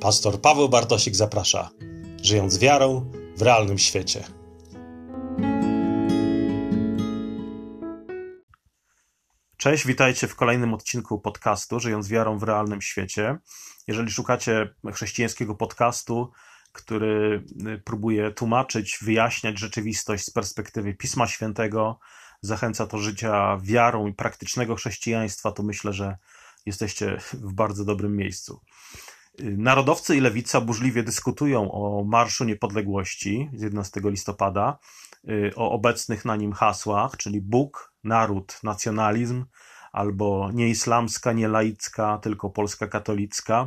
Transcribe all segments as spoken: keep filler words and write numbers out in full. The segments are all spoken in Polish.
Pastor Paweł Bartosik zaprasza, żyjąc wiarą w realnym świecie. Cześć, witajcie w kolejnym odcinku podcastu Żyjąc wiarą w realnym świecie. Jeżeli szukacie chrześcijańskiego podcastu, który próbuje tłumaczyć, wyjaśniać rzeczywistość z perspektywy Pisma Świętego, zachęca do życia wiarą i praktycznego chrześcijaństwa, to myślę, że jesteście w bardzo dobrym miejscu. Narodowcy i lewica burzliwie dyskutują o Marszu Niepodległości z jedenastego listopada, o obecnych na nim hasłach, czyli Bóg, naród, nacjonalizm, albo nie islamska, nie laicka, tylko Polska katolicka.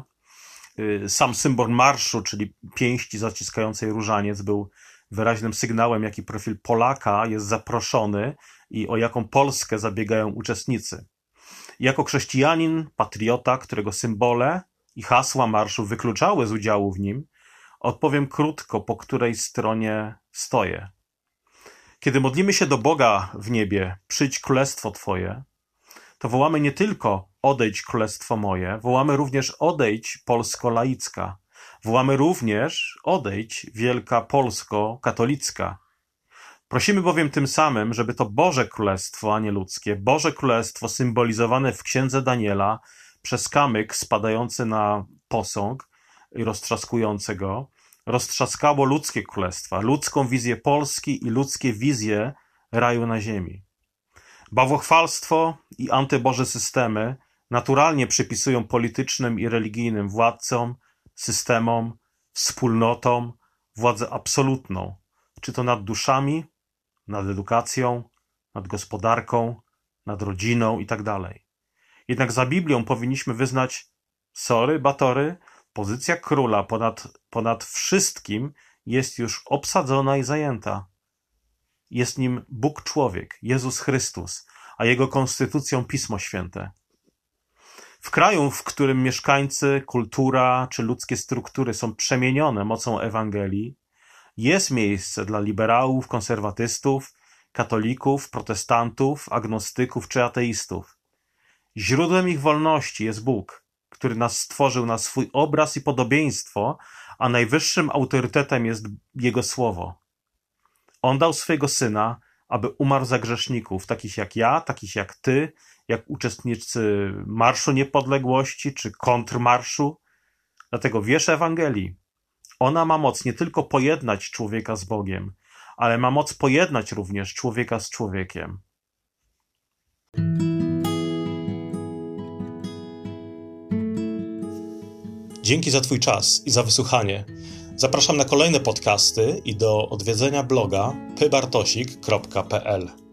Sam symbol marszu, czyli pięści zaciskającej różaniec, był wyraźnym sygnałem, jaki profil Polaka jest zaproszony i o jaką Polskę zabiegają uczestnicy. Jako chrześcijanin, patriota, którego symbole i hasła marszu wykluczały z udziału w nim, odpowiem krótko, po której stronie stoję. Kiedy modlimy się do Boga w niebie, przyjdź królestwo Twoje, to wołamy nie tylko odejdź królestwo moje, wołamy również odejdź polsko-laicka, wołamy również odejdź wielka polsko-katolicka. Prosimy bowiem tym samym, żeby to Boże Królestwo, a nie ludzkie, Boże Królestwo symbolizowane w Księdze Daniela przez kamyk spadający na posąg i roztrzaskujący go, roztrzaskało ludzkie królestwa, ludzką wizję Polski i ludzkie wizje raju na ziemi. Bałwochwalstwo i antyboże systemy naturalnie przypisują politycznym i religijnym władcom, systemom, wspólnotom władzę absolutną, czy to nad duszami, nad edukacją, nad gospodarką, nad rodziną itd. Jednak za Biblią powinniśmy wyznać, sorry, batory, pozycja króla ponad, ponad wszystkim jest już obsadzona i zajęta. Jest nim Bóg człowiek, Jezus Chrystus, a jego konstytucją Pismo Święte. W kraju, w którym mieszkańcy, kultura czy ludzkie struktury są przemienione mocą Ewangelii, jest miejsce dla liberałów, konserwatystów, katolików, protestantów, agnostyków czy ateistów. Źródłem ich wolności jest Bóg, który nas stworzył na swój obraz i podobieństwo, a najwyższym autorytetem jest Jego Słowo. On dał swojego Syna, aby umarł za grzeszników, takich jak ja, takich jak ty, jak uczestnicy Marszu Niepodległości czy kontrmarszu. Dlatego wierz Ewangelii. Ona ma moc nie tylko pojednać człowieka z Bogiem, ale ma moc pojednać również człowieka z człowiekiem. Dzięki za Twój czas i za wysłuchanie. Zapraszam na kolejne podcasty i do odwiedzenia bloga p bartosik kropka p l.